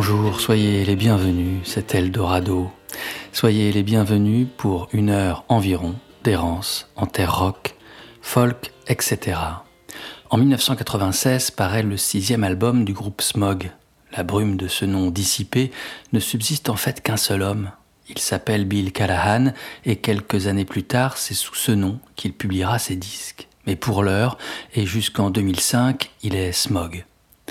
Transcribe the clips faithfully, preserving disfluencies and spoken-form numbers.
Bonjour, soyez les bienvenus, c'est Eldorado. Soyez les bienvenus pour une heure environ d'errance en terre rock, folk, et cetera. En dix-neuf cent quatre-vingt-seize paraît le sixième album du groupe Smog. La brume de ce nom dissipé ne subsiste en fait qu'un seul homme. Il s'appelle Bill Callahan et quelques années plus tard, c'est sous ce nom qu'il publiera ses disques. Mais pour l'heure, et jusqu'en deux mille cinq, il est Smog.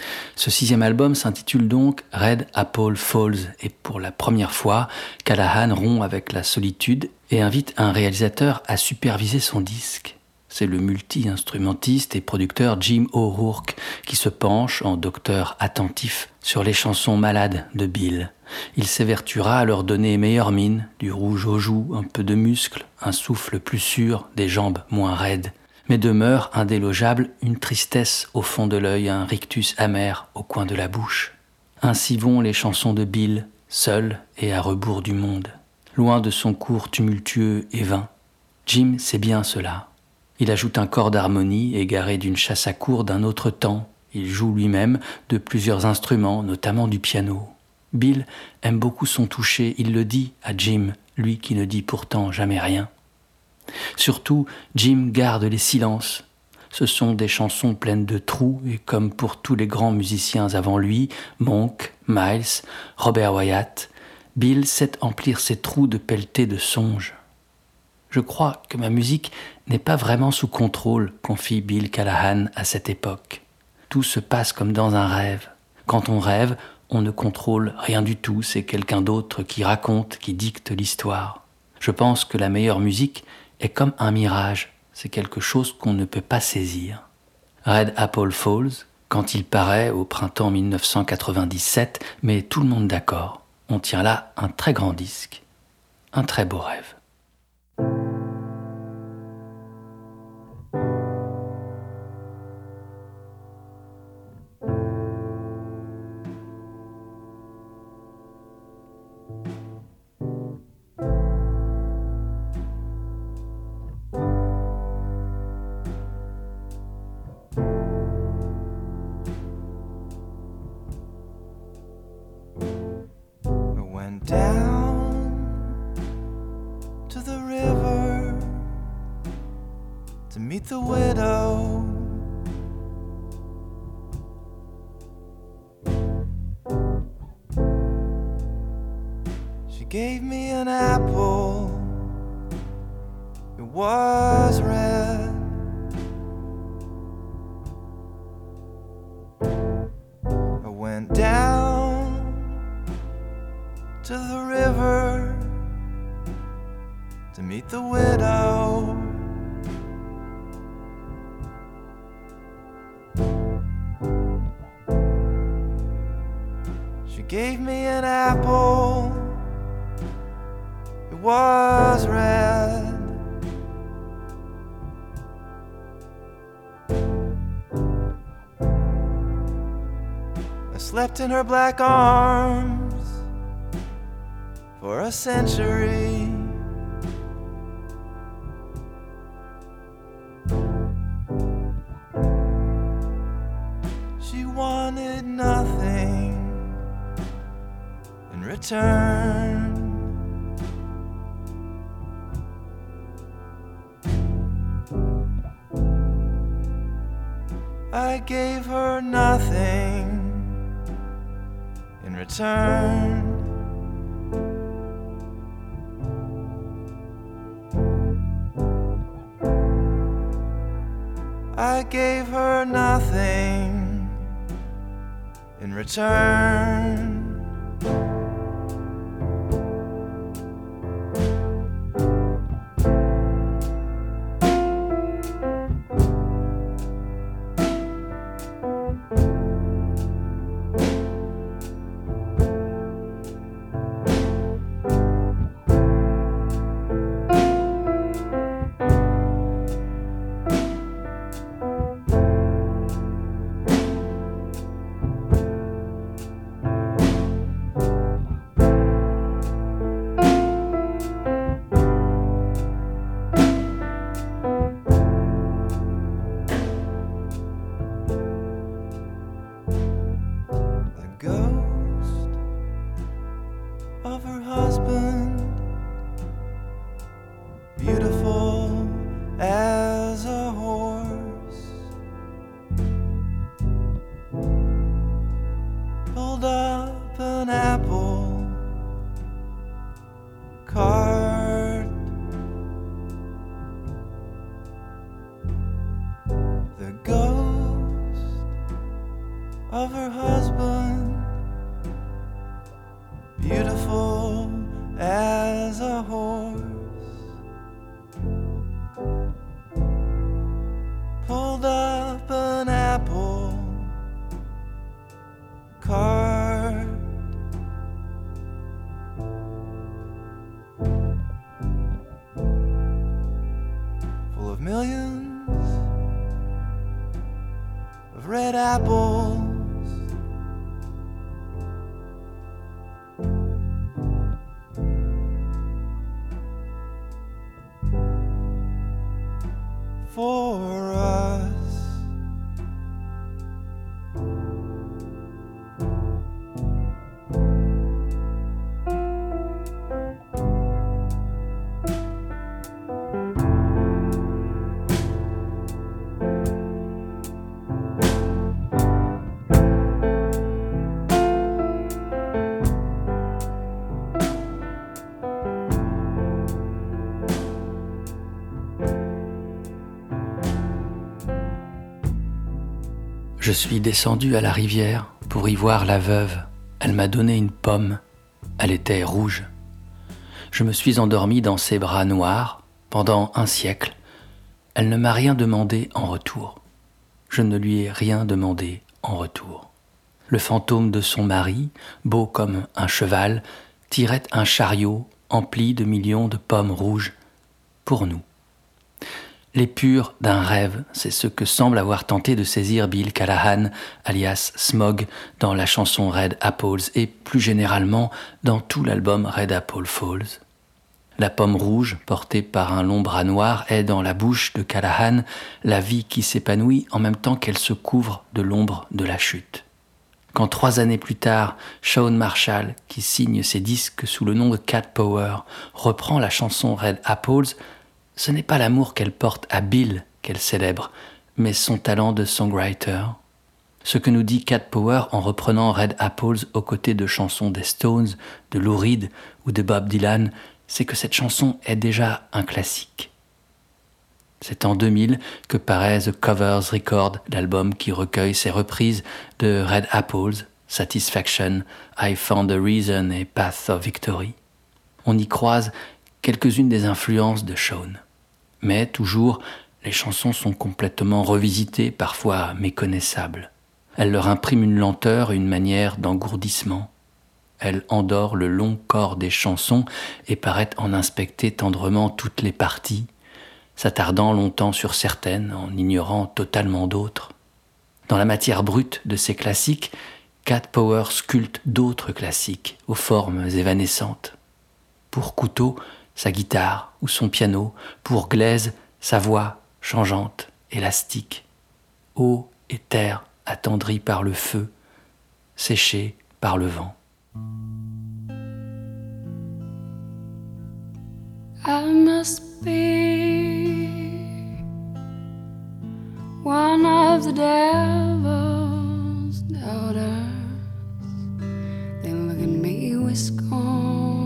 Ce sixième album s'intitule donc Red Apple Falls et pour la première fois, Callahan rompt avec la solitude et invite un réalisateur à superviser son disque. C'est le multi-instrumentiste et producteur Jim O'Rourke qui se penche en docteur attentif sur les chansons malades de Bill. Il s'évertuera à leur donner meilleure mine, du rouge aux joues, un peu de muscle, un souffle plus sûr, des jambes moins raides. Mais demeure indélogeable une tristesse au fond de l'œil, un rictus amer au coin de la bouche. Ainsi vont les chansons de Bill, seul et à rebours du monde, loin de son cours tumultueux et vain. Jim sait bien cela. Il ajoute un corps d'harmonie égaré d'une chasse à courre d'un autre temps. Il joue lui-même de plusieurs instruments, notamment du piano. Bill aime beaucoup son toucher, il le dit à Jim, lui qui ne dit pourtant jamais rien. Surtout, Jim garde les silences. Ce sont des chansons pleines de trous et comme pour tous les grands musiciens avant lui, Monk, Miles, Robert Wyatt, Bill sait emplir ces trous de pelletés de songes. Je crois que ma musique n'est pas vraiment sous contrôle, confie Bill Callahan à cette époque. Tout se passe comme dans un rêve. Quand on rêve, on ne contrôle rien du tout, c'est quelqu'un d'autre qui raconte, qui dicte l'histoire. Je pense que la meilleure musique est comme un mirage, c'est quelque chose qu'on ne peut pas saisir. Red Apple Falls, quand il paraît au printemps dix-neuf cent quatre-vingt-dix-sept, met tout le monde d'accord. On tient là un très grand disque, un très beau rêve. The widow she gave me an apple, it was red. I went down to the river to meet the widow. Gave me an apple, it was red. I slept in her black arms for a century. She wanted nothing in return. I gave her nothing in return. I gave her nothing in return. of her husband, beautiful as a horse, pulled up an apple cart. Full of millions of red apples. For us. Je suis descendu à la rivière pour y voir la veuve. Elle m'a donné une pomme. Elle était rouge. Je me suis endormi dans ses bras noirs pendant un siècle. Elle ne m'a rien demandé en retour. Je ne lui ai rien demandé en retour. Le fantôme de son mari, beau comme un cheval, tirait un chariot empli de millions de pommes rouges pour nous. L'épure d'un rêve, c'est ce que semble avoir tenté de saisir Bill Callahan, alias Smog, dans la chanson Red Apples et plus généralement dans tout l'album Red Apple Falls. La pomme rouge, portée par un long bras noir, est dans la bouche de Callahan la vie qui s'épanouit en même temps qu'elle se couvre de l'ombre de la chute. Quand trois années plus tard, Shawn Marshall, qui signe ses disques sous le nom de Cat Power, reprend la chanson Red Apples, ce n'est pas l'amour qu'elle porte à Bill qu'elle célèbre, mais son talent de songwriter. Ce que nous dit Cat Power en reprenant Red Apples aux côtés de chansons des Stones, de Lou Reed ou de Bob Dylan, c'est que cette chanson est déjà un classique. C'est en deux mille que paraît The Covers Record, l'album qui recueille ses reprises de Red Apples, Satisfaction, I Found a Reason et Path of Victory. On y croise quelques-unes des influences de Shawn. Mais toujours, les chansons sont complètement revisitées, parfois méconnaissables. Elle leur imprime une lenteur et une manière d'engourdissement. Elle endort le long corps des chansons et paraît en inspecter tendrement toutes les parties, s'attardant longtemps sur certaines, en ignorant totalement d'autres. Dans la matière brute de ces classiques, Cat Power sculpte d'autres classiques, aux formes évanescentes. Pour Couteau, sa guitare ou son piano, pour Glaise, sa voix changeante, élastique. Eau et terre attendrie par le feu, séchée par le vent. I must be one of the devil's daughters. They look at me with scorn.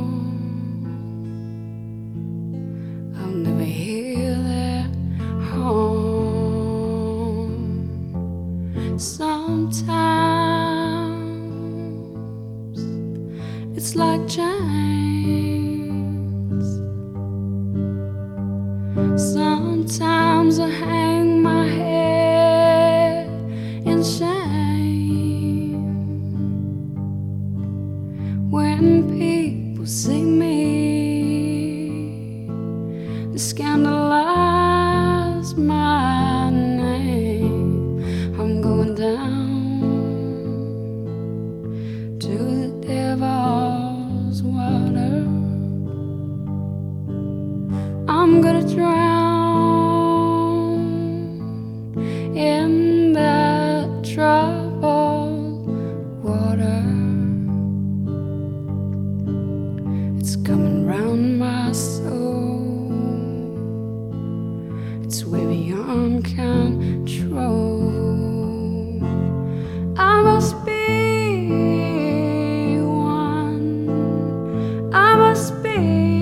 I'll never hear their horn. Sometimes it's like chains. Sometimes I hang my head in shame when people see me, they scandalize my name. I'm going down to the devil's water. I'm gonna drown in that troubled water. It's coming round my soul. It's way beyond control. I must be one. I must be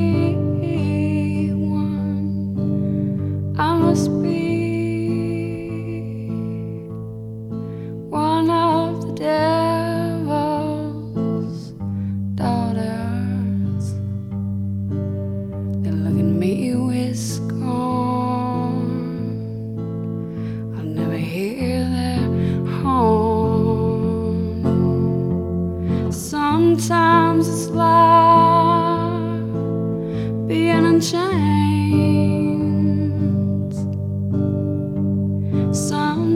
I must be one of the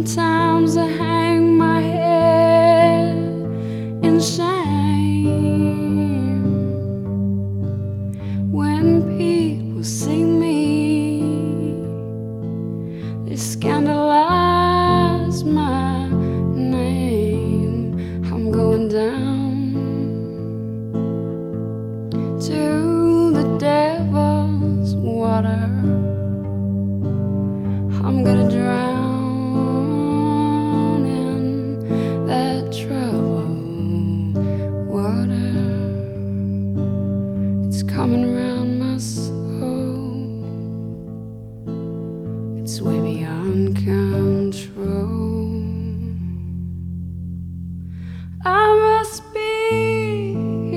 Sometimes I hang my head in shame when people see me. They scandalize my name. I'm going down to the devil's water. I'm gonna drown coming around my soul. It's way beyond control. I must be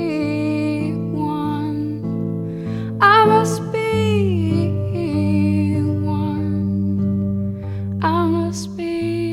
one. I must be one. I must be.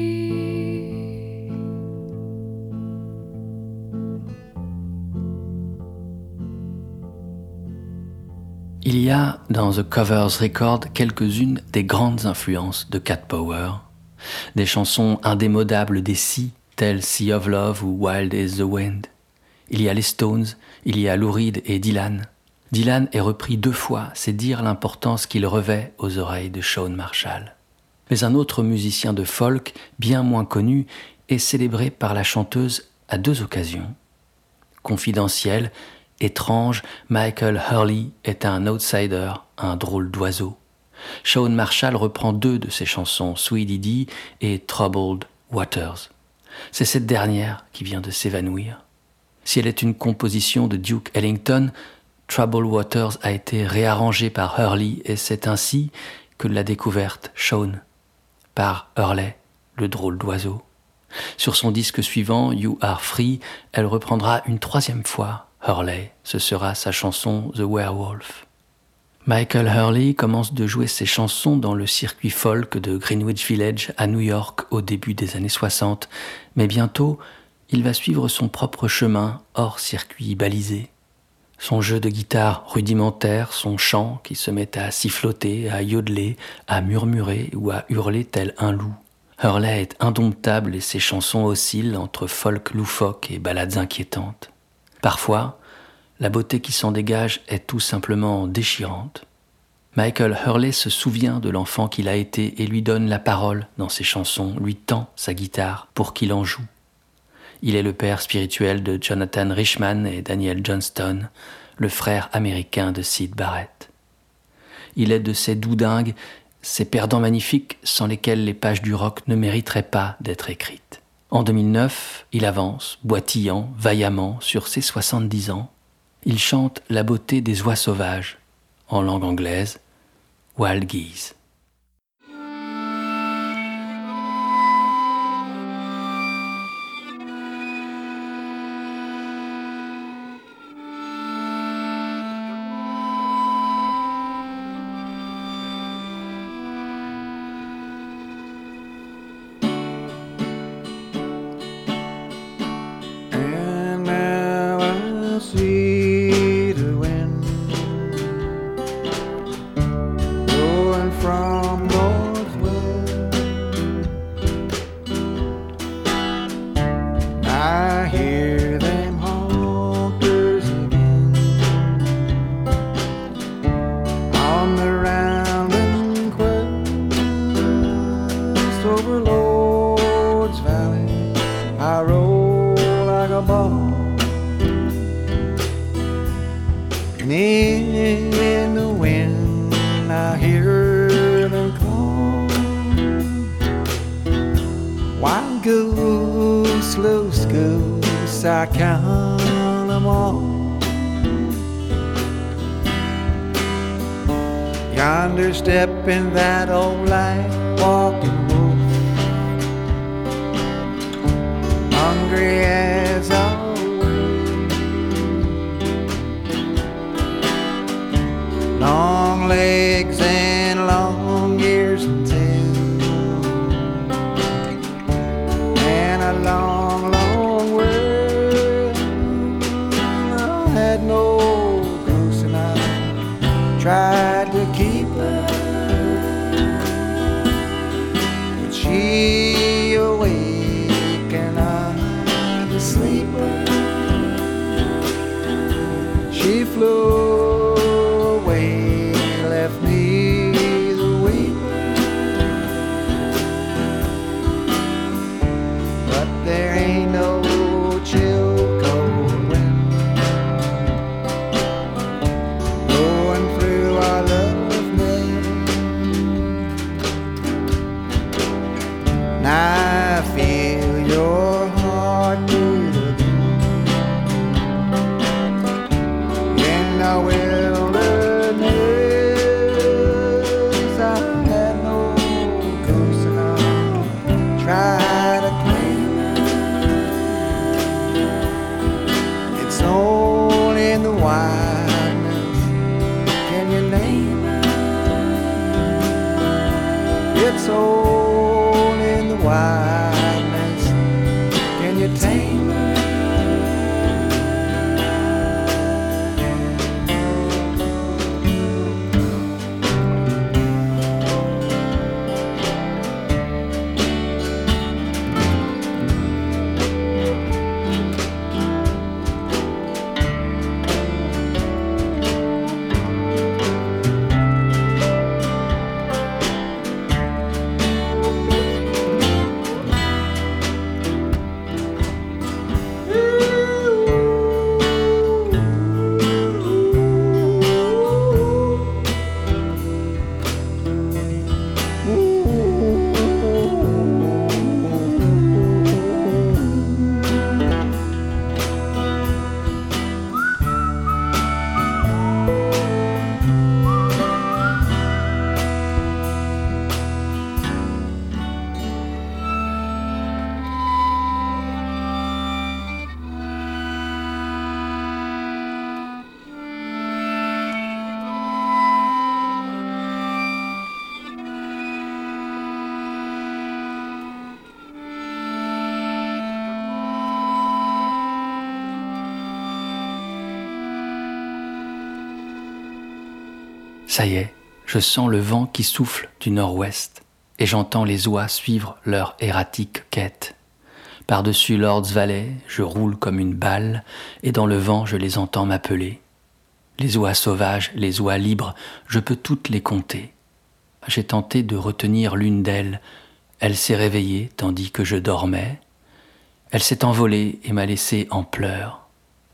Il y a dans The Covers Record quelques-unes des grandes influences de Cat Power, des chansons indémodables des Sea, telles Sea of Love ou Wild is the Wind. Il y a les Stones, il y a Lou Reed et Dylan. Dylan est repris deux fois, c'est dire l'importance qu'il revêt aux oreilles de Shawn Marshall. Mais un autre musicien de folk, bien moins connu, est célébré par la chanteuse à deux occasions. Confidentiel, étrange, Michael Hurley est un outsider, un drôle d'oiseau. Shawn Marshall reprend deux de ses chansons, Sweet Dee et Troubled Waters. C'est cette dernière qui vient de s'évanouir. Si elle est une composition de Duke Ellington, Troubled Waters a été réarrangée par Hurley et c'est ainsi que l'a découverte Shawn, par Hurley, le drôle d'oiseau. Sur son disque suivant, You Are Free, elle reprendra une troisième fois Hurley, ce sera sa chanson The Werewolf. Michael Hurley commence de jouer ses chansons dans le circuit folk de Greenwich Village à New York au début des années soixante, mais bientôt, il va suivre son propre chemin hors circuit balisé. Son jeu de guitare rudimentaire, son chant qui se met à siffloter, à yodeler, à murmurer ou à hurler tel un loup. Hurley est indomptable et ses chansons oscillent entre folk loufoque et ballades inquiétantes. Parfois, la beauté qui s'en dégage est tout simplement déchirante. Michael Hurley se souvient de l'enfant qu'il a été et lui donne la parole dans ses chansons, lui tend sa guitare pour qu'il en joue. Il est le père spirituel de Jonathan Richman et Daniel Johnston, le frère américain de Syd Barrett. Il est de ces doudingues, ces perdants magnifiques sans lesquels les pages du rock ne mériteraient pas d'être écrites. En deux mille neuf, il avance, boitillant, vaillamment, sur ses soixante-dix ans. Il chante la beauté des oies sauvages, en langue anglaise, Wild Geese. I count them all. Yonder stepping that old light walking wolf, hungry as always, long legs and long ears and tail, and a long, long way. Had no ghost and I tried to keep her, but she had no goose and I tried to claim it. It's only in the wildness can you name it. It's only in the wildness can you tame it. Ça y est, je sens le vent qui souffle du nord-ouest et j'entends les oies suivre leur erratique quête. Par-dessus Lord's Valley, je roule comme une balle et dans le vent je les entends m'appeler. Les oies sauvages, les oies libres, je peux toutes les compter. J'ai tenté de retenir l'une d'elles, elle s'est réveillée tandis que je dormais. Elle s'est envolée et m'a laissé en pleurs.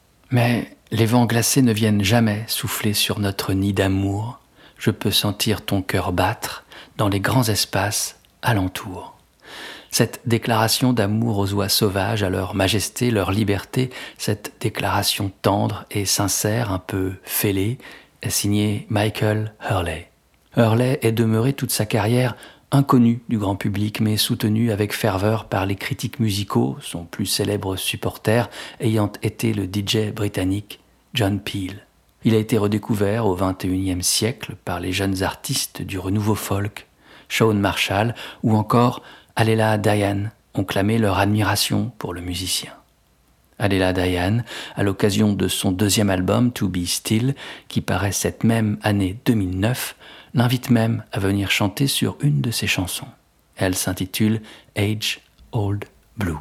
Mais les vents glacés ne viennent jamais souffler sur notre nid d'amour. Je peux sentir ton cœur battre dans les grands espaces alentour. Cette déclaration d'amour aux oies sauvages, à leur majesté, leur liberté, cette déclaration tendre et sincère, un peu fêlée, est signée Michael Hurley. Hurley est demeuré toute sa carrière inconnu du grand public, mais soutenu avec ferveur par les critiques musicaux, son plus célèbre supporter ayant été le D J britannique John Peel. Il a été redécouvert au vingt et unième siècle par les jeunes artistes du renouveau folk, Shawn Marshall ou encore Alela Diane ont clamé leur admiration pour le musicien. Alela Diane, à l'occasion de son deuxième album To Be Still, qui paraît cette même année deux mille neuf, l'invite même à venir chanter sur une de ses chansons. Elle s'intitule Age Old Blue.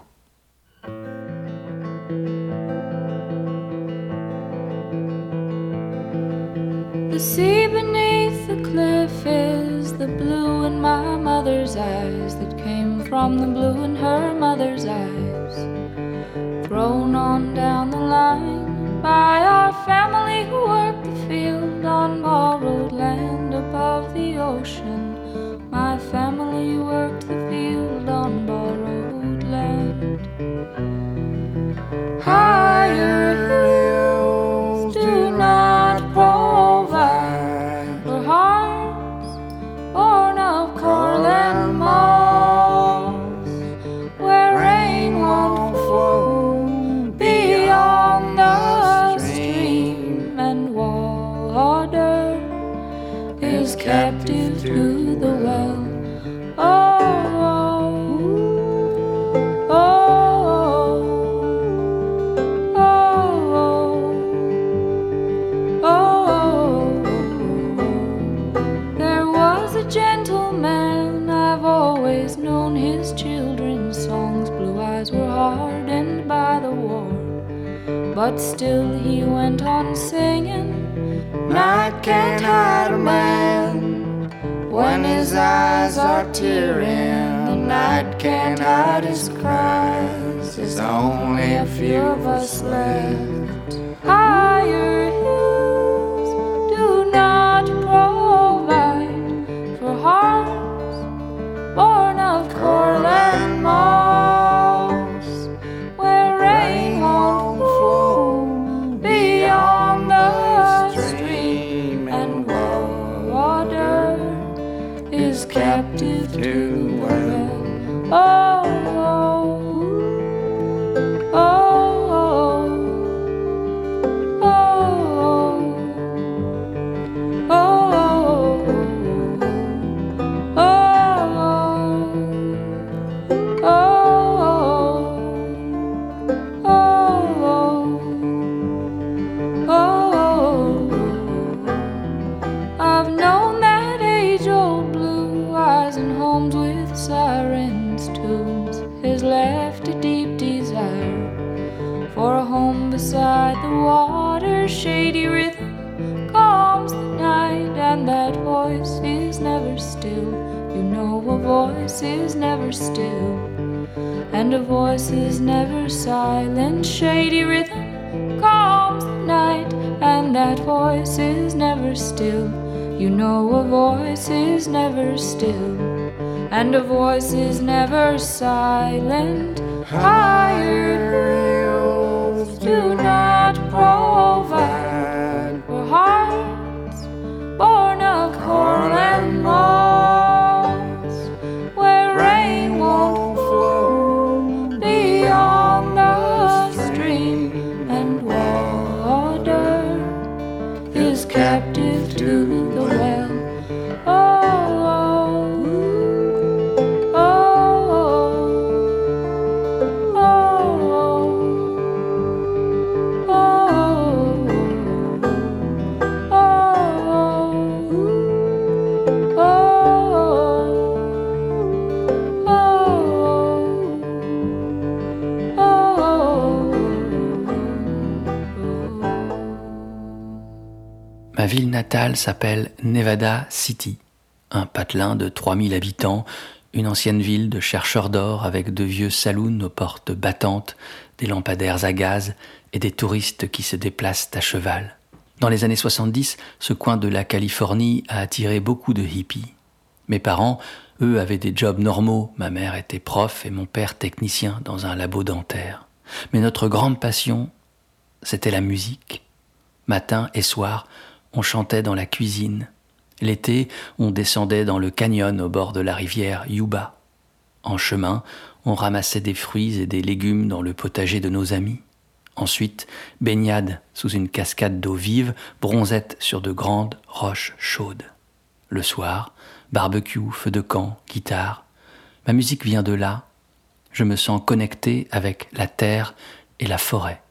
The sea beneath the cliff is the blue in my mother's eyes that came from the blue in her mother's eyes. Thrown on down the line by our family who worked the field on borrowed land above the ocean. My family worked the field on borrowed land. Higher hills do not provide for hearts born of coral and moss, where rain won't flow beyond the stream and water is captive to the well. Oh, oh, oh, oh, oh, oh. There was a gentleman, I've always known his children's songs. Blue eyes were hardened by the war, but still he went on singing. Night can't hide a man when his eyes are tearing. The night can't hide his cries. There's only a few of us left. Higher hills do not provide for hearts born of coral and moss, where rain won't flow beyond the stream and water is captive to the well. Oh, oh, oh, oh, oh, oh, I've known that age-old blue eyes and homes with sirens' tunes has left a deep desire for a home beside the water. Shady rhythm calms the night, and that voice is never still. You know a voice is never still, and a voice is never silent. Shady rhythm calms the night, and that voice is never still. You know a voice is never still, and a voice is never silent. Hired hills do not provide for hearts born of corn and moss, where rain won't flow beyond the stream, and water is captive to the well. Ma ville natale s'appelle Nevada City, un patelin de trois mille habitants, une ancienne ville de chercheurs d'or avec de vieux saloons aux portes battantes, des lampadaires à gaz et des touristes qui se déplacent à cheval. Dans les années soixante-dix, ce coin de la Californie a attiré beaucoup de hippies. Mes parents, eux, avaient des jobs normaux. Ma mère était prof et mon père technicien dans un labo dentaire. Mais notre grande passion, c'était la musique. Matin et soir, on chantait dans la cuisine. L'été, on descendait dans le canyon au bord de la rivière Yuba. En chemin, on ramassait des fruits et des légumes dans le potager de nos amis. Ensuite, baignade sous une cascade d'eau vive, bronzette sur de grandes roches chaudes. Le soir, barbecue, feu de camp, guitare. Ma musique vient de là. Je me sens connecté avec la terre et la forêt.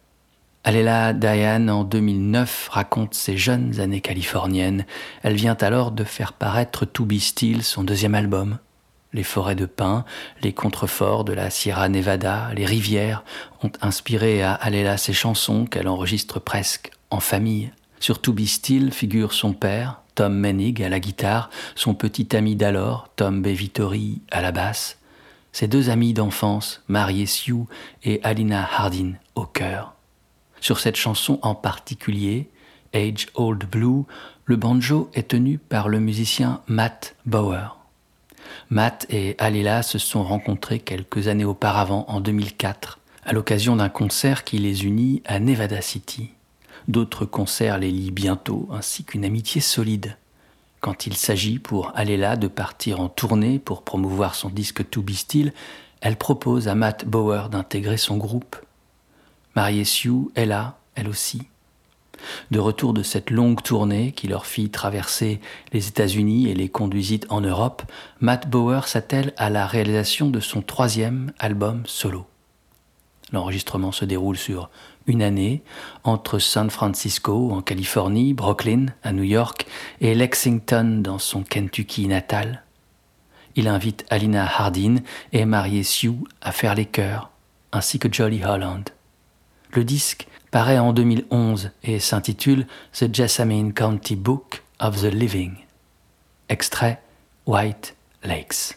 Alela Diane, en deux mille neuf, raconte ses jeunes années californiennes. Elle vient alors de faire paraître To Be Still, son deuxième album. Les forêts de pins, les contreforts de la Sierra Nevada, les rivières ont inspiré à Alela ses chansons qu'elle enregistre presque en famille. Sur To Be Still figure son père, Tom Menig, à la guitare, son petit ami d'alors, Tom Bevitori, à la basse, ses deux amis d'enfance, Mary Sue et Alina Hardin, au chœur. Sur cette chanson en particulier, Age Old Blue, le banjo est tenu par le musicien Matt Bower. Matt et Alela se sont rencontrés quelques années auparavant, en deux mille quatre, à l'occasion d'un concert qui les unit à Nevada City. D'autres concerts les lient bientôt, ainsi qu'une amitié solide. Quand il s'agit pour Alela de partir en tournée pour promouvoir son disque To Be Still, elle propose à Matt Bower d'intégrer son groupe. Mary Sue est là, elle aussi. De retour de cette longue tournée qui leur fit traverser les États-Unis et les conduisit en Europe, Matt Bower s'attelle à la réalisation de son troisième album solo. L'enregistrement se déroule sur une année entre San Francisco, en Californie, Brooklyn, à New York, et Lexington, dans son Kentucky natal. Il invite Alina Hardin et Mary Sue à faire les chœurs, ainsi que Jolly Holland. Le disque paraît en deux mille onze et s'intitule The Jessamine County Book of the Living. Extrait White Lakes.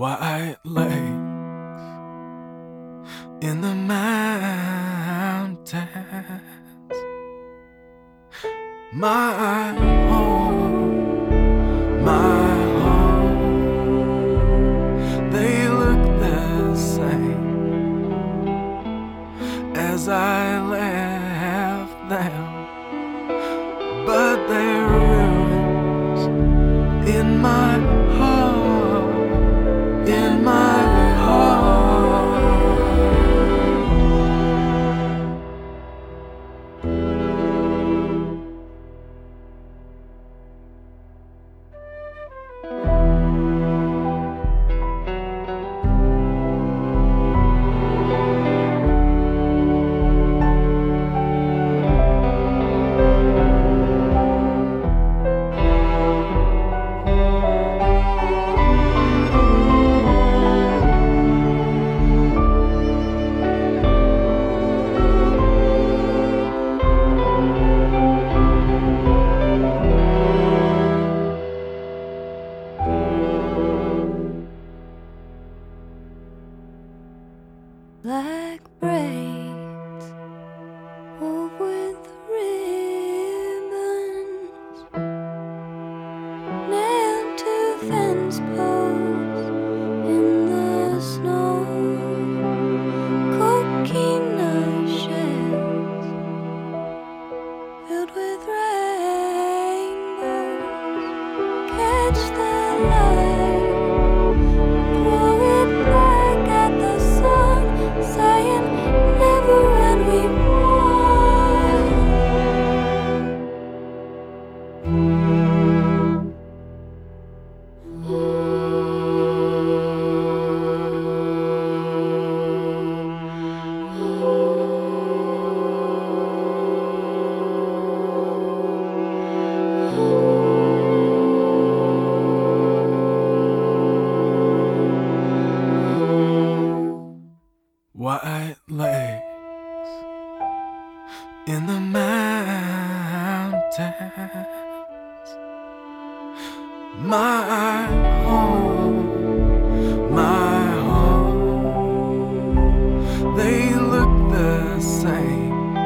white lakes in the mountains, my home, my home. They look the same as I left them, but they're ruins in my heart, in my heart. Black braids wove with ribbons, nailed to fence posts in the snow, coquina shells filled with rainbows. Catch the light, throw it back at the sun, saying never when we White lakes in the mountains, my home, my home. They look the same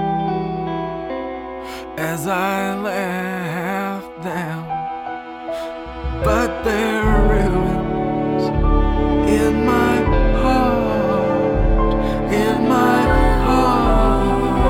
as I left them, but they're ruins in my heart, in my heart.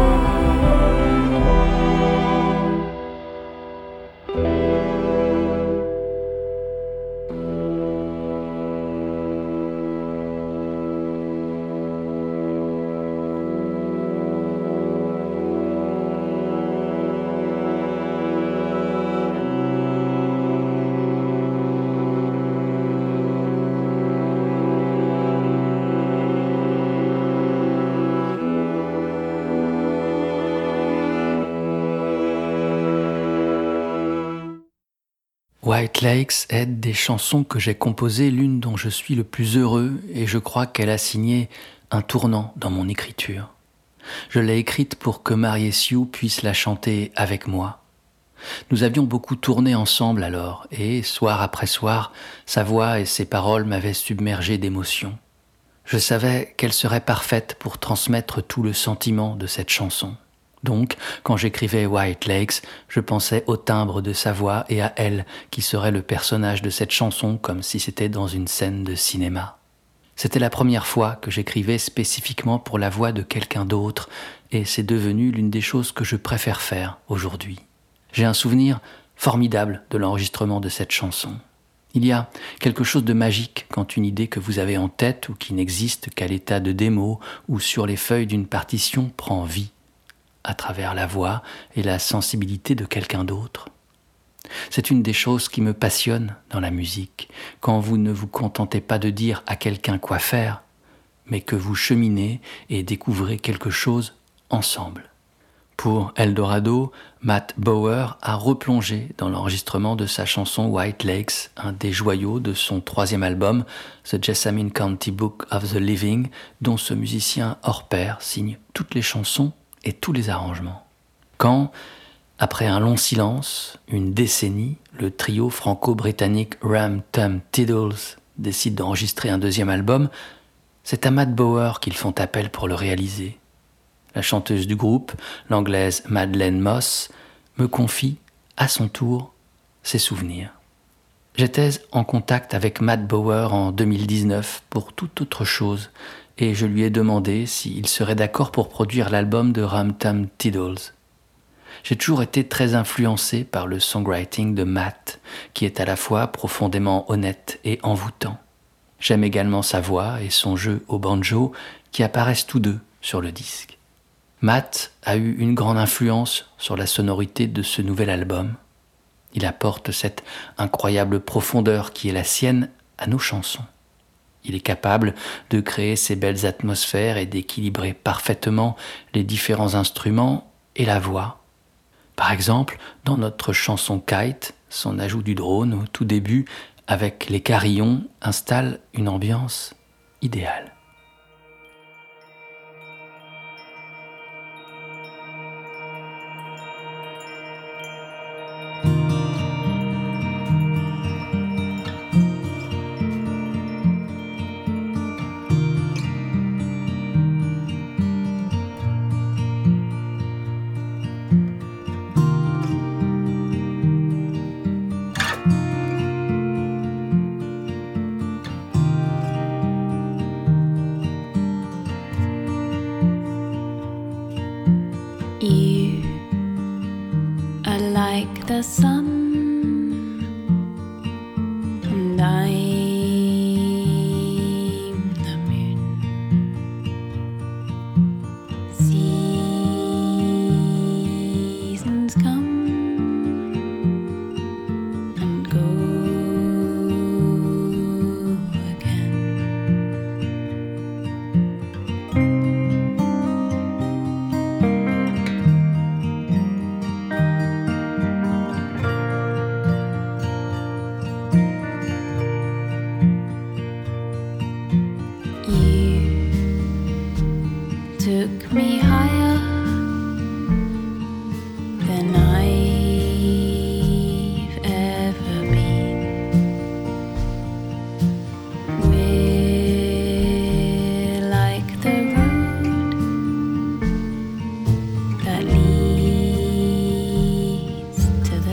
White Lakes est des chansons que j'ai composées, l'une dont je suis le plus heureux, et je crois qu'elle a signé un tournant dans mon écriture. Je l'ai écrite pour que Mary Sue puisse la chanter avec moi. Nous avions beaucoup tourné ensemble alors, et soir après soir, sa voix et ses paroles m'avaient submergé d'émotion. Je savais qu'elle serait parfaite pour transmettre tout le sentiment de cette chanson. Donc, quand j'écrivais White Lakes, je pensais au timbre de sa voix et à elle, qui serait le personnage de cette chanson, comme si c'était dans une scène de cinéma. C'était la première fois que j'écrivais spécifiquement pour la voix de quelqu'un d'autre, et c'est devenu l'une des choses que je préfère faire aujourd'hui. J'ai un souvenir formidable de l'enregistrement de cette chanson. Il y a quelque chose de magique quand une idée que vous avez en tête ou qui n'existe qu'à l'état de démo ou sur les feuilles d'une partition prend vie à travers la voix et la sensibilité de quelqu'un d'autre. C'est une des choses qui me passionne dans la musique, quand vous ne vous contentez pas de dire à quelqu'un quoi faire, mais que vous cheminez et découvrez quelque chose ensemble. Pour Eldorado, Matt Bower a replongé dans l'enregistrement de sa chanson White Lakes, un des joyaux de son troisième album, The Jessamine County Book of the Living, dont ce musicien hors pair signe toutes les chansons et tous les arrangements. Quand, après un long silence, une décennie, le trio franco-britannique Ram Tum Tiddles décident d'enregistrer un deuxième album, c'est à Matt Bower qu'ils font appel pour le réaliser. La chanteuse du groupe, l'anglaise Madeleine Moss, me confie, à son tour, ses souvenirs. J'étais en contact avec Matt Bower en deux mille dix-neuf pour toute autre chose et je lui ai demandé s'il serait d'accord pour produire l'album de Ram Tam Tiddles. J'ai toujours été très influencé par le songwriting de Matt, qui est à la fois profondément honnête et envoûtant. J'aime également sa voix et son jeu au banjo qui apparaissent tous deux sur le disque. Matt a eu une grande influence sur la sonorité de ce nouvel album. Il apporte cette incroyable profondeur qui est la sienne à nos chansons. Il est capable de créer ces belles atmosphères et d'équilibrer parfaitement les différents instruments et la voix. Par exemple, dans notre chanson Kite, son ajout du drone au tout début avec les carillons installe une ambiance idéale. You are like the sun, and I'm the moon. Seasons come and go again. Took me higher than I've ever been. We're like the road that leads to the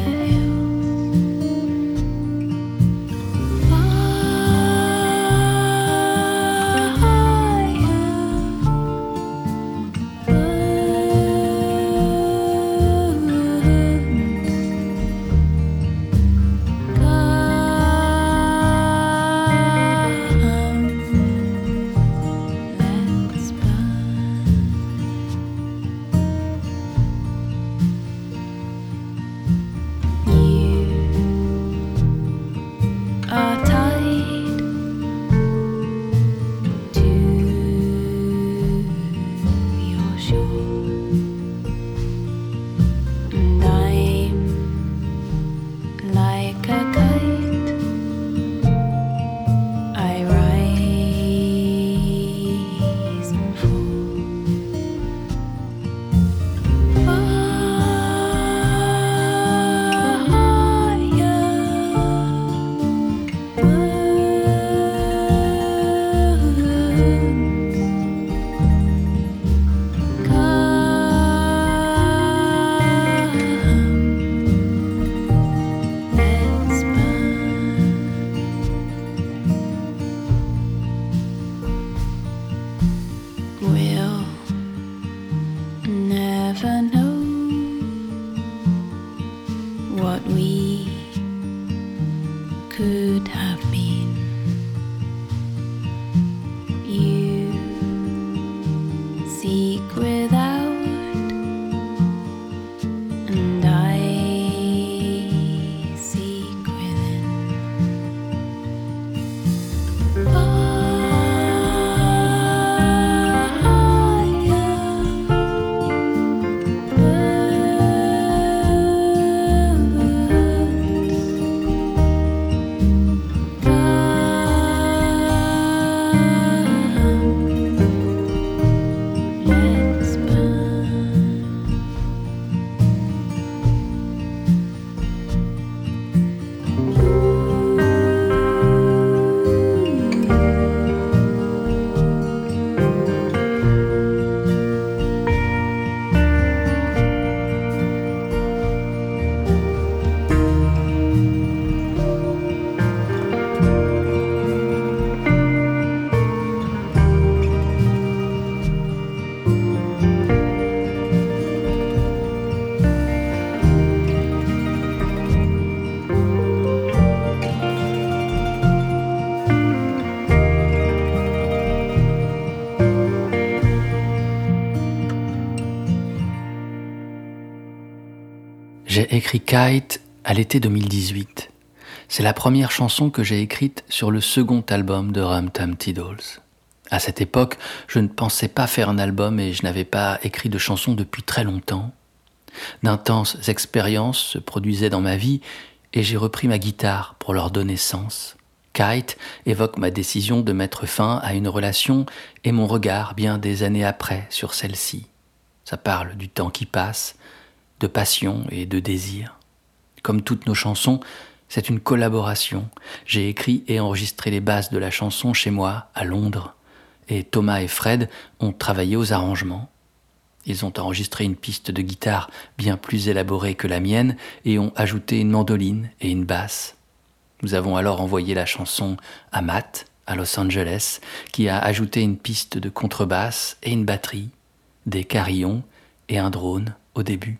J'ai écrit Kite à l'été deux mille dix-huit. C'est la première chanson que j'ai écrite sur le second album de Rum Tum Tidals. À cette époque, je ne pensais pas faire un album et je n'avais pas écrit de chansons depuis très longtemps. D'intenses expériences se produisaient dans ma vie et j'ai repris ma guitare pour leur donner sens. Kite évoque ma décision de mettre fin à une relation et mon regard bien des années après sur celle-ci. Ça parle du temps qui passe, de passion et de désir. Comme toutes nos chansons, c'est une collaboration. J'ai écrit et enregistré les bases de la chanson chez moi, à Londres, et Thomas et Fred ont travaillé aux arrangements. Ils ont enregistré une piste de guitare bien plus élaborée que la mienne et ont ajouté une mandoline et une basse. Nous avons alors envoyé la chanson à Matt, à Los Angeles, qui a ajouté une piste de contrebasse et une batterie, des carillons et un drone au début.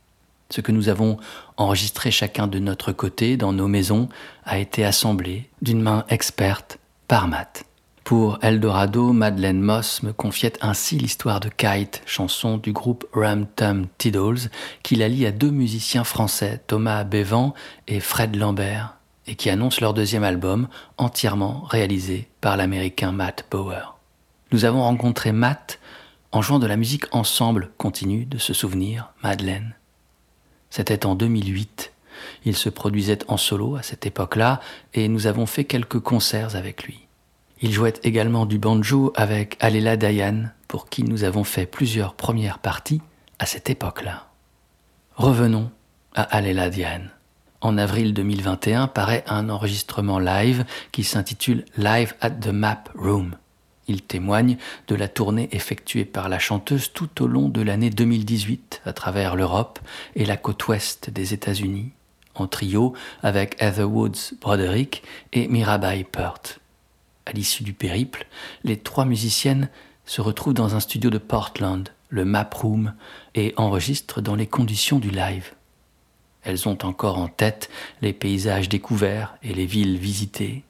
Ce que nous avons enregistré chacun de notre côté dans nos maisons a été assemblé d'une main experte par Matt. Pour Eldorado, Madeleine Moss me confiait ainsi l'histoire de Kite, chanson du groupe Rum Tum Tidals, qui la lie à deux musiciens français, Thomas Bévan et Fred Lambert, et qui annonce leur deuxième album, entièrement réalisé par l'américain Matt Bower. Nous avons rencontré Matt en jouant de la musique ensemble, continue de se souvenir Madeleine. C'était en deux mille huit. Il se produisait en solo à cette époque-là et nous avons fait quelques concerts avec lui. Il jouait également du banjo avec Alela Diane, pour qui nous avons fait plusieurs premières parties à cette époque-là. Revenons à Alela Diane. En avril deux mille vingt et un paraît un enregistrement live qui s'intitule Live at the Map Room. Il témoigne de la tournée effectuée par la chanteuse tout au long de l'année deux mille dix-huit à travers l'Europe et la côte ouest des États-Unis, en trio avec Heather Woods Broderick et Mirabai Peart. À l'issue du périple, les trois musiciennes se retrouvent dans un studio de Portland, le Map Room, et enregistrent dans les conditions du live. Elles ont encore en tête les paysages découverts et les villes visitées.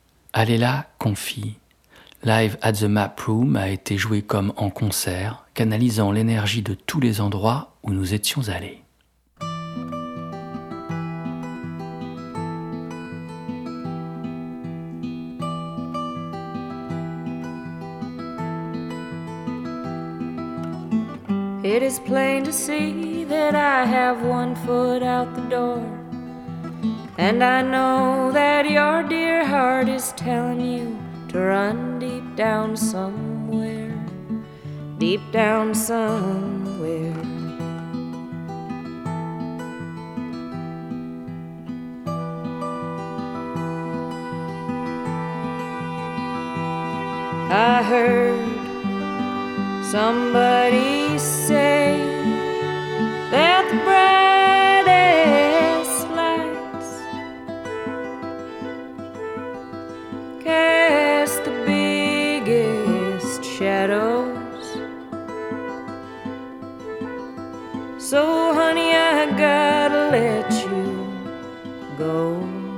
Alela confie: Live at the Map Room a été joué comme en concert, canalisant l'énergie de tous les endroits où nous étions allés. It is plain to see that I have one foot out the door, and I know that your dear heart is telling you to run deep down somewhere, deep down somewhere. I heard somebody say that the brightest lights cast the biggest shadows. So honey, I gotta let you go.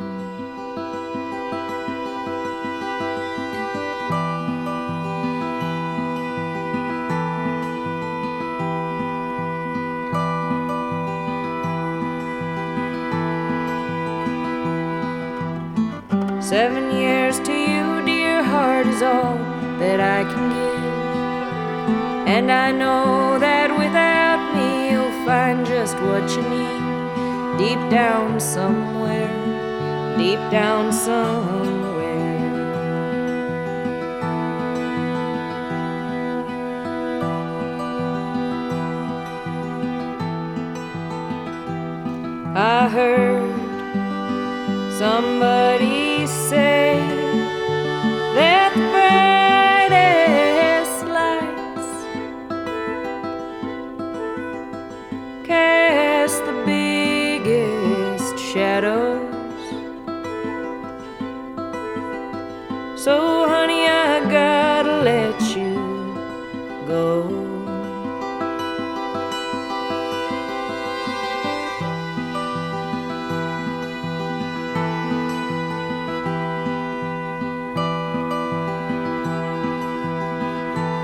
Seven years to you, dear heart, is all that I can give. And I know that without me you'll find just what you need. Deep down somewhere, deep down somewhere. I heard somebody say that the brightest lights cast the biggest shadows. So honey, I gotta let you go.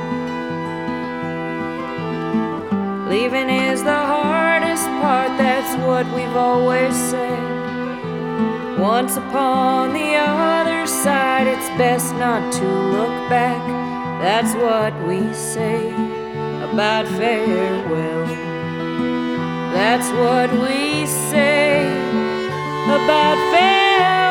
Leaving is the hardest part, that's what we've always said. Once upon the other side, it's best not to look back. That's what we say about farewell. That's what we say about farewell.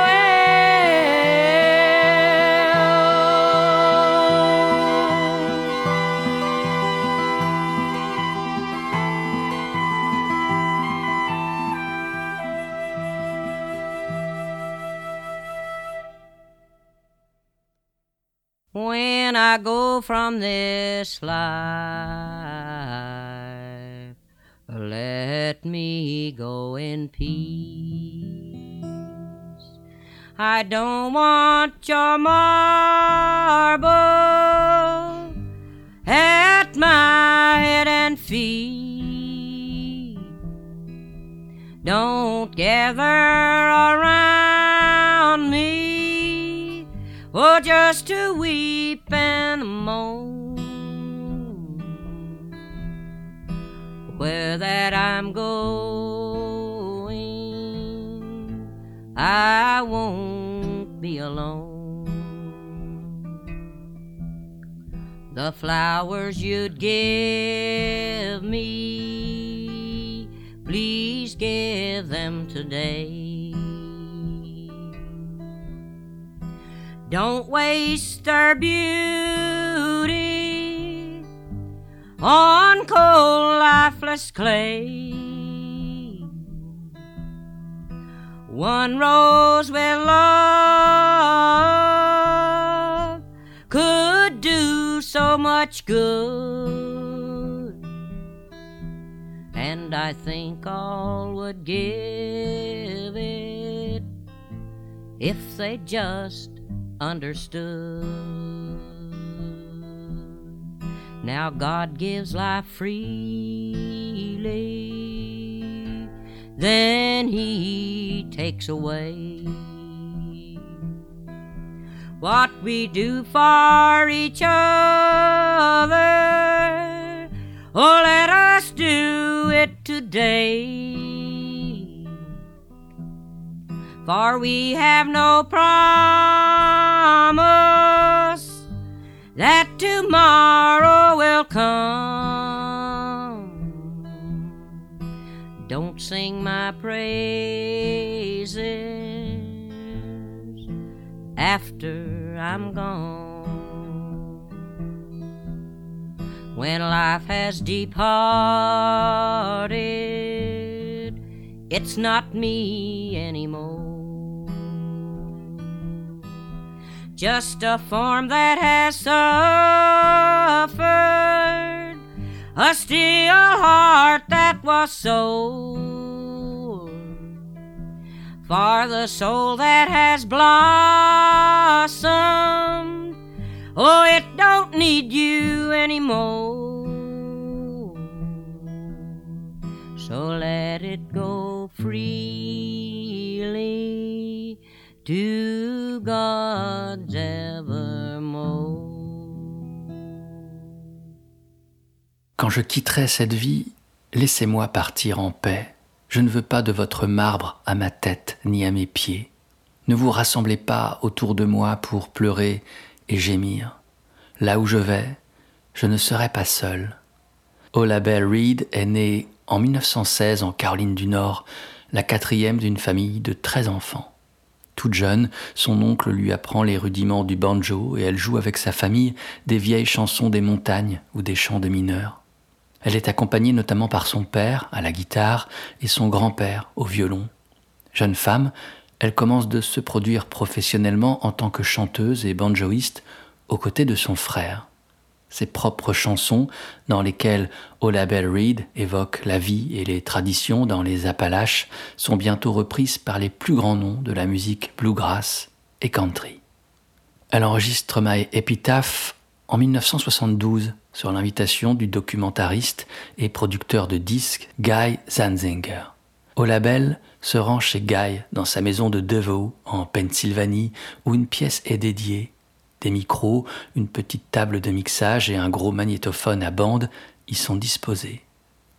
When I go from this life, let me go in peace. I don't want your marble at my head and feet. Don't gather around me, oh, just to weep and moan. Where that I'm going, I won't be alone. The flowers you'd give me, please give them today. Don't waste their beauty on cold, lifeless clay. One rose with love could do so much good, and I think all would give it if they just understood. Now God gives life freely, then He takes away. What we do for each other, oh, let us do it today. For we have no promise that tomorrow will come. Don't sing my praises after I'm gone. When life has departed, it's not me anymore. Just a form that has suffered, a steel heart that was sore. For the soul that has blossomed, oh, it don't need you anymore. So let it go freely to God's evermore. Quand je quitterai cette vie, laissez-moi partir en paix. Je ne veux pas de votre marbre à ma tête ni à mes pieds. Ne vous rassemblez pas autour de moi pour pleurer et gémir. Là où je vais, je ne serai pas seul. Ola Belle Reed est née en mille neuf cent seize en Caroline du Nord, la quatrième d'une famille de treize enfants. Toute jeune, son oncle lui apprend les rudiments du banjo et elle joue avec sa famille des vieilles chansons des montagnes ou des chants de mineurs. Elle est accompagnée notamment par son père à la guitare et son grand-père au violon. Jeune femme, elle commence de se produire professionnellement en tant que chanteuse et banjoïste aux côtés de son frère. Ses propres chansons, dans lesquelles Ola Belle Reed évoque la vie et les traditions dans les Appalaches, sont bientôt reprises par les plus grands noms de la musique bluegrass et country. Elle enregistre My Epitaph en mille neuf cent soixante-douze sur l'invitation du documentariste et producteur de disques Guy Zantzinger. Ola Belle se rend chez Guy dans sa maison de Devoe en Pennsylvanie où une pièce est dédiée. Des micros, une petite table de mixage et un gros magnétophone à bande y sont disposés.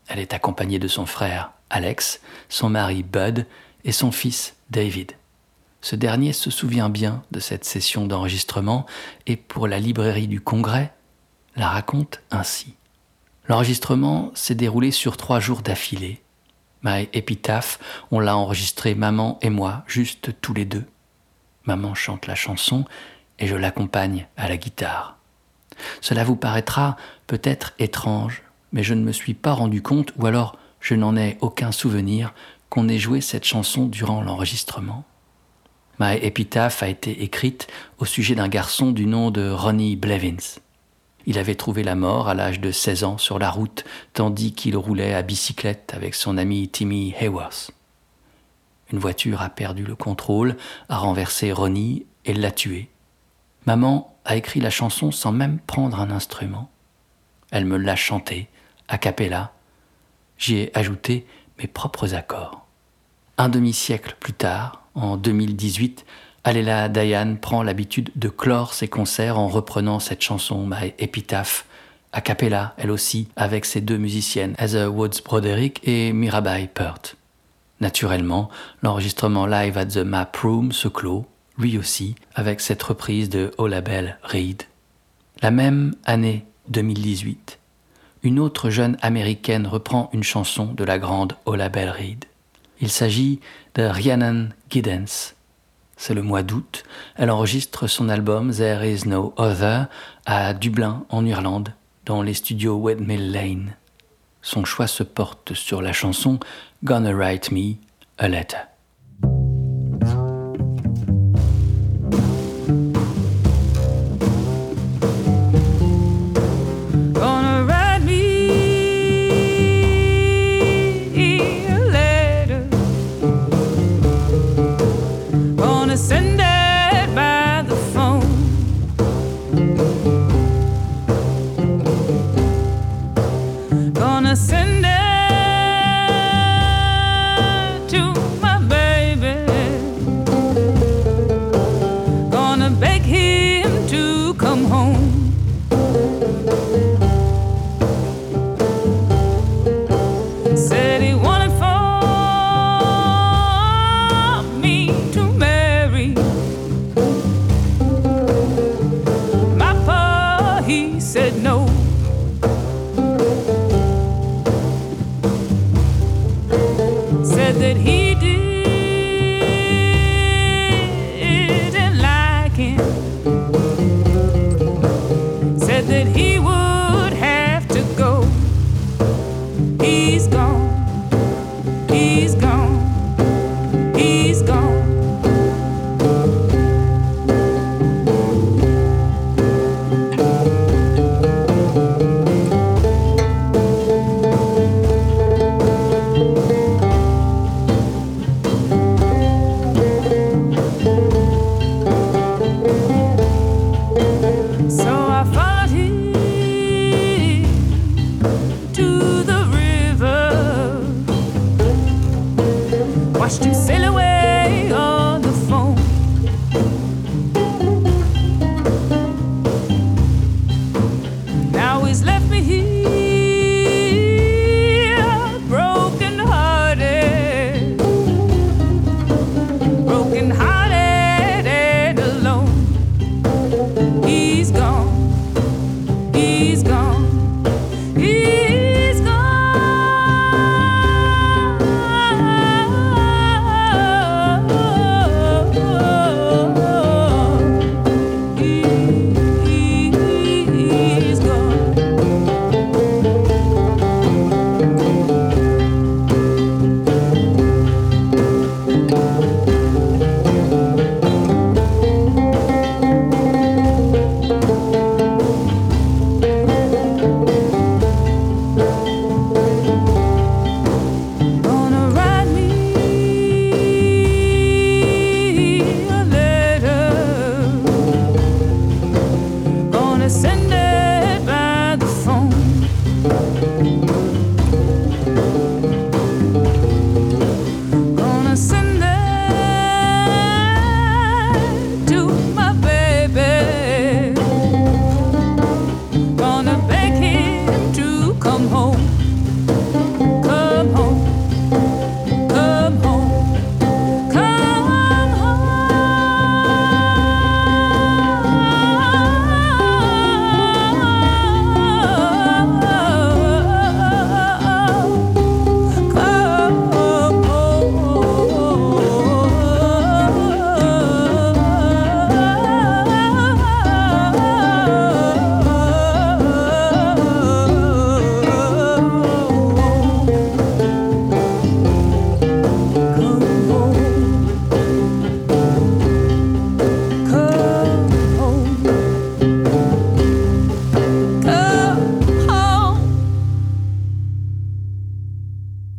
Elle est accompagnée de son frère Alex, son mari Bud et son fils David. Ce dernier se souvient bien de cette session d'enregistrement et pour la librairie du Congrès, la raconte ainsi. L'enregistrement s'est déroulé sur trois jours d'affilée. My Epitaph, on l'a enregistré maman et moi, juste tous les deux. Maman chante la chanson et je l'accompagne à la guitare. Cela vous paraîtra peut-être étrange, mais je ne me suis pas rendu compte, ou alors je n'en ai aucun souvenir, qu'on ait joué cette chanson durant l'enregistrement. My Epitaph a été écrite au sujet d'un garçon du nom de Ronnie Blevins. Il avait trouvé la mort à l'âge de seize ans sur la route, tandis qu'il roulait à bicyclette avec son ami Timmy Hayworth. Une voiture a perdu le contrôle, a renversé Ronnie et l'a tué. Maman a écrit la chanson sans même prendre un instrument. Elle me l'a chantée, a cappella. J'y ai ajouté mes propres accords. Un demi-siècle plus tard, en deux mille dix-huit, Alela Diane prend l'habitude de clore ses concerts en reprenant cette chanson My Epitaph, a cappella, elle aussi, avec ses deux musiciennes, Heather Woods Broderick et Mirabai Peart. Naturellement, l'enregistrement live at the Map Room se clôt, lui aussi, avec cette reprise de Ola Belle Reed. La même année deux mille dix-huit, une autre jeune américaine reprend une chanson de la grande Ola Belle Reed. Il s'agit de Rhiannon Giddens. C'est le mois d'août. Elle enregistre son album There Is No Other à Dublin, en Irlande, dans les studios Windmill Lane. Son choix se porte sur la chanson Gonna Write Me a Letter. Send it to my baby. Gonna beg him to come home. Said he wanted for me to marry. My pa, he said no. That he didn't like him. Said that he would have to go. He's gone. He's gone. He's gone. Watched him sail away on the phone. Now he's left me here, broken hearted, broken hearted and alone. He's gone, he's gone, he's gone.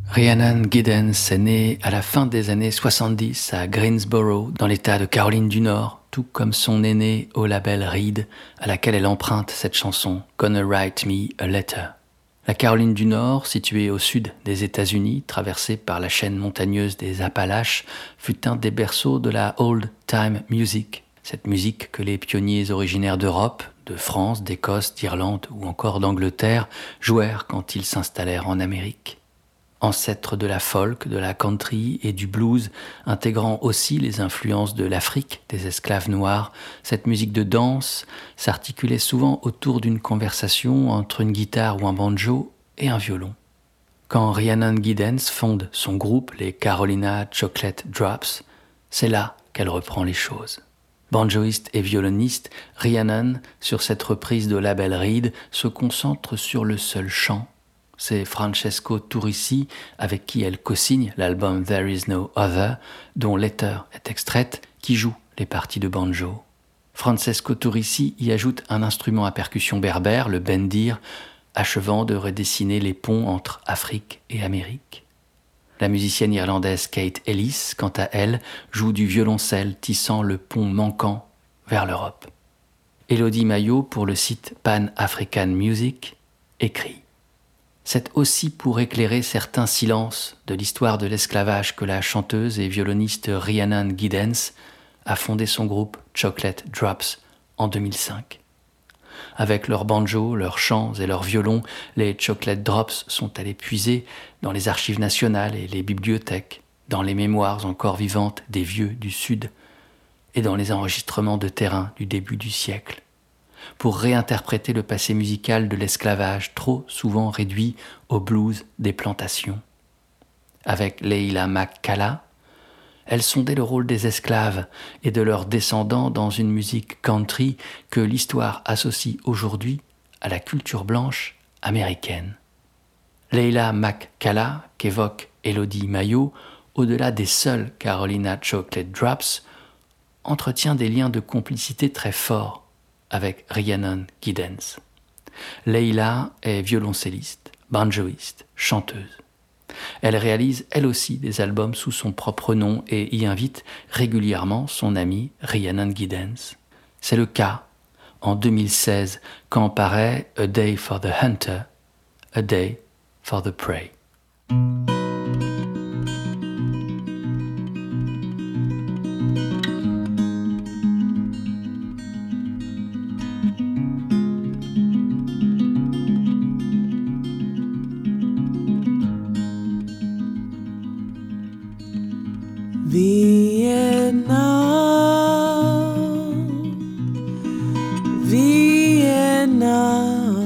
Rhiannon Giddens est née à la fin des années soixante-dix à Greensboro, dans l'État de Caroline du Nord, tout comme son aînée au label Reed, à laquelle elle emprunte cette chanson « Gonna Write Me a Letter ». La Caroline du Nord, située au sud des États-Unis, traversée par la chaîne montagneuse des Appalaches, fut un des berceaux de la old-time music, cette musique que les pionniers originaires d'Europe, de France, d'Écosse, d'Irlande ou encore d'Angleterre jouèrent quand ils s'installèrent en Amérique. Ancêtre de la folk, de la country et du blues, intégrant aussi les influences de l'Afrique, des esclaves noirs, cette musique de danse s'articulait souvent autour d'une conversation entre une guitare ou un banjo et un violon. Quand Rhiannon Giddens fonde son groupe, les Carolina Chocolate Drops, c'est là qu'elle reprend les choses. Banjoiste et violoniste, Rhiannon, sur cette reprise de label Reed, se concentre sur le seul chant. C'est Francesco Turrisi, avec qui elle co-signe l'album There Is No Other, dont Letter est extraite, qui joue les parties de banjo. Francesco Turrisi y ajoute un instrument à percussion berbère, le bendir, achevant de redessiner les ponts entre Afrique et Amérique. La musicienne irlandaise Kate Ellis, quant à elle, joue du violoncelle tissant le pont manquant vers l'Europe. Élodie Maillot, pour le site Pan African Music, écrit: c'est aussi pour éclairer certains silences de l'histoire de l'esclavage que la chanteuse et violoniste Rhiannon Giddens a fondé son groupe Chocolate Drops en deux mille cinq. Avec leurs banjos, leurs chants et leurs violons, les Chocolate Drops sont allés puiser dans les archives nationales et les bibliothèques, dans les mémoires encore vivantes des vieux du Sud et dans les enregistrements de terrain du début du siècle, pour réinterpréter le passé musical de l'esclavage trop souvent réduit au blues des plantations. Avec Leila McCalla, elle sondait le rôle des esclaves et de leurs descendants dans une musique country que l'histoire associe aujourd'hui à la culture blanche américaine. Leila McCalla, qu'évoque Élodie Maillot, au-delà des seuls Carolina Chocolate Drops, entretient des liens de complicité très forts avec Rhiannon Giddens. Leila est violoncelliste, banjoiste, chanteuse. Elle réalise elle aussi des albums sous son propre nom et y invite régulièrement son amie Rhiannon Giddens. C'est le cas en deux mille seize quand paraît A Day for the Hunter, A Day for the Prey. Vietnam, Vietnam,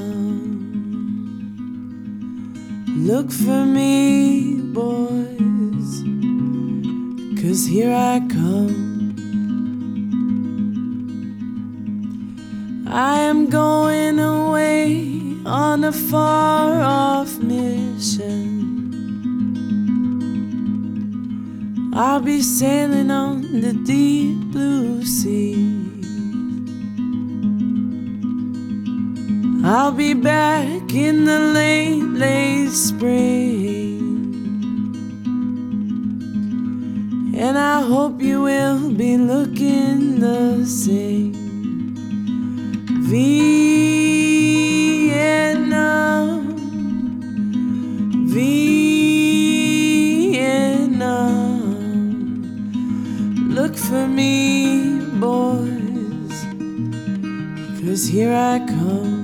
look for me, boys, 'cause here I come. I am going away on a far-off mission. I'll be sailing on the deep blue sea. I'll be back in the late, late spring, and I hope you will be looking the same. Vietnam, Vietnam, look for me, boys, 'cause here I come.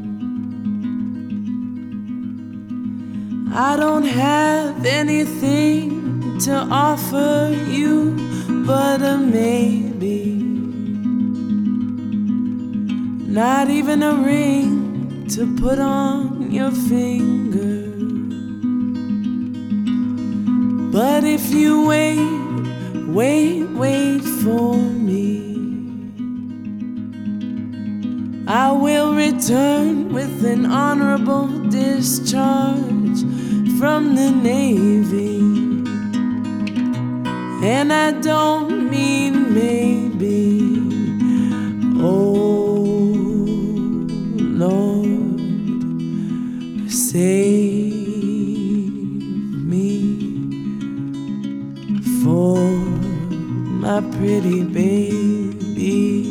I don't have anything to offer you but a maybe. Not even a ring to put on your finger. But if you wait, wait, wait for me, I will return with an honorable discharge from the Navy. And I don't mean maybe. Oh Lord, save me. pretty baby.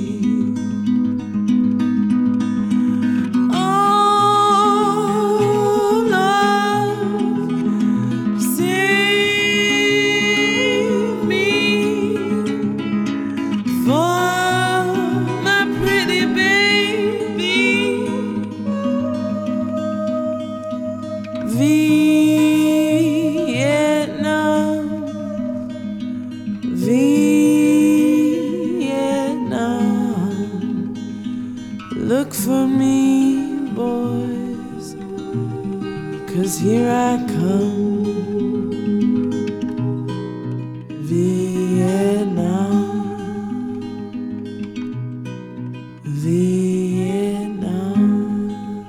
Oh, love, save me for my pretty baby. Vietnam, Vietnam, look for me, boys, 'cause here I come. Vietnam, Vietnam.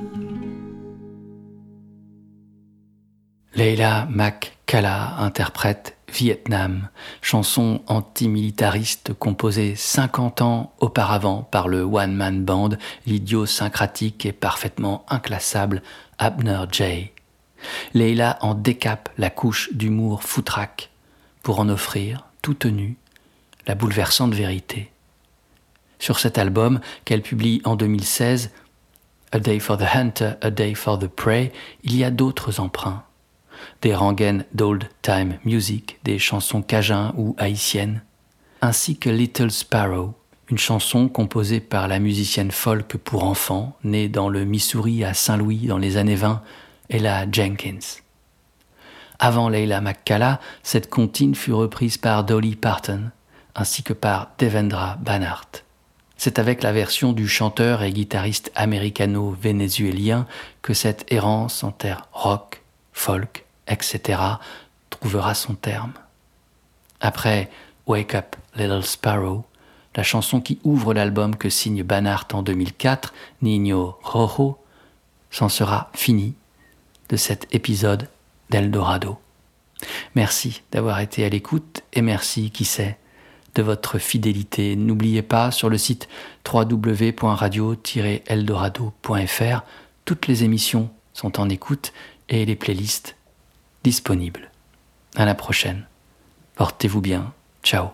Leila McCalla interprète Vietnam, chanson antimilitariste composée cinquante ans auparavant par le one-man band, l'idiosyncratique et parfaitement inclassable Abner Jay. Leila en décape la couche d'humour foutraque pour en offrir, tout nu, la bouleversante vérité. Sur cet album, qu'elle publie en deux mille seize, A Day for the Hunter, A Day for the Prey, il y a d'autres emprunts. Des rengaines d'old time music, des chansons cajun ou haïtiennes, ainsi que Little Sparrow, une chanson composée par la musicienne folk pour enfants, née dans le Missouri à Saint-Louis dans les années vingt, Ella Jenkins. Avant Leila McCalla, cette comptine fut reprise par Dolly Parton, ainsi que par Devendra Banhart. C'est avec la version du chanteur et guitariste américano-vénézuélien que cette errance en terre rock, folk, et cetera trouvera son terme. Après Wake Up Little Sparrow, la chanson qui ouvre l'album que signe Banhart en deux mille quatre, Niño Rojo, s'en sera fini de cet épisode d'Eldorado. Merci d'avoir été à l'écoute et merci, qui sait, de votre fidélité. N'oubliez pas, sur le site w w w point radio tiret eldorado point f r, toutes les émissions sont en écoute et les playlists disponibles. À la prochaine. Portez-vous bien. Ciao.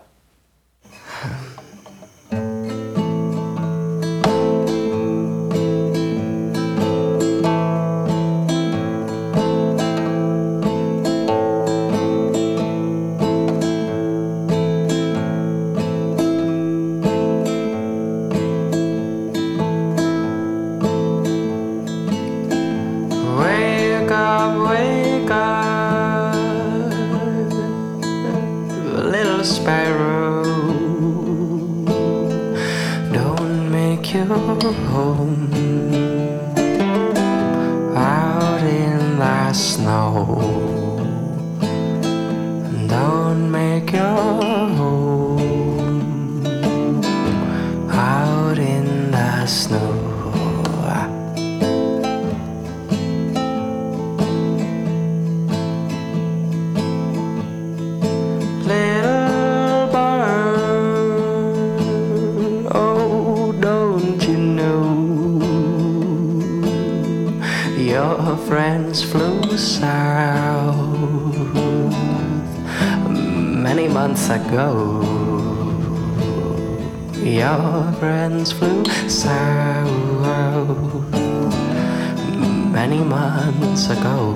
Wake up, wake up, little sparrow. Don't make your home out in the snow. Don't make your home out in the snow. Little bird, oh, don't you know your friends flew south many months ago? Your friends flew south many months ago.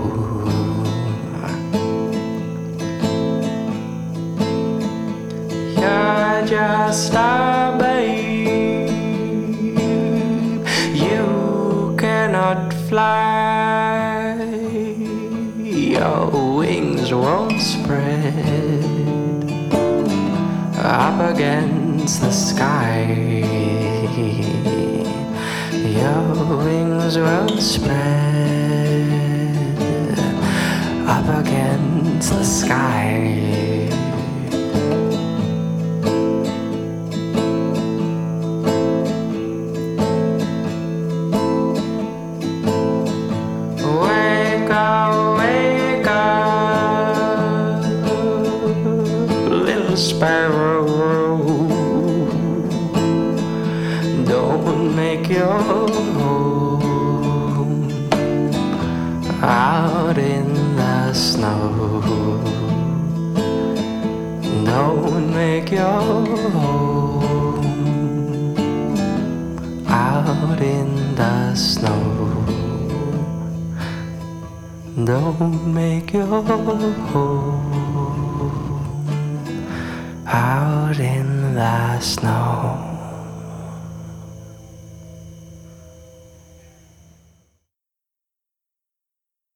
You're just a babe, you cannot fly, your wings won't spread up against the sky. Your wings won't spread up against the sky. Wake up, wake up, little sparrow. Don't make your home out in the snow. Don't make your home out in the snow. Don't make your home out in the snow.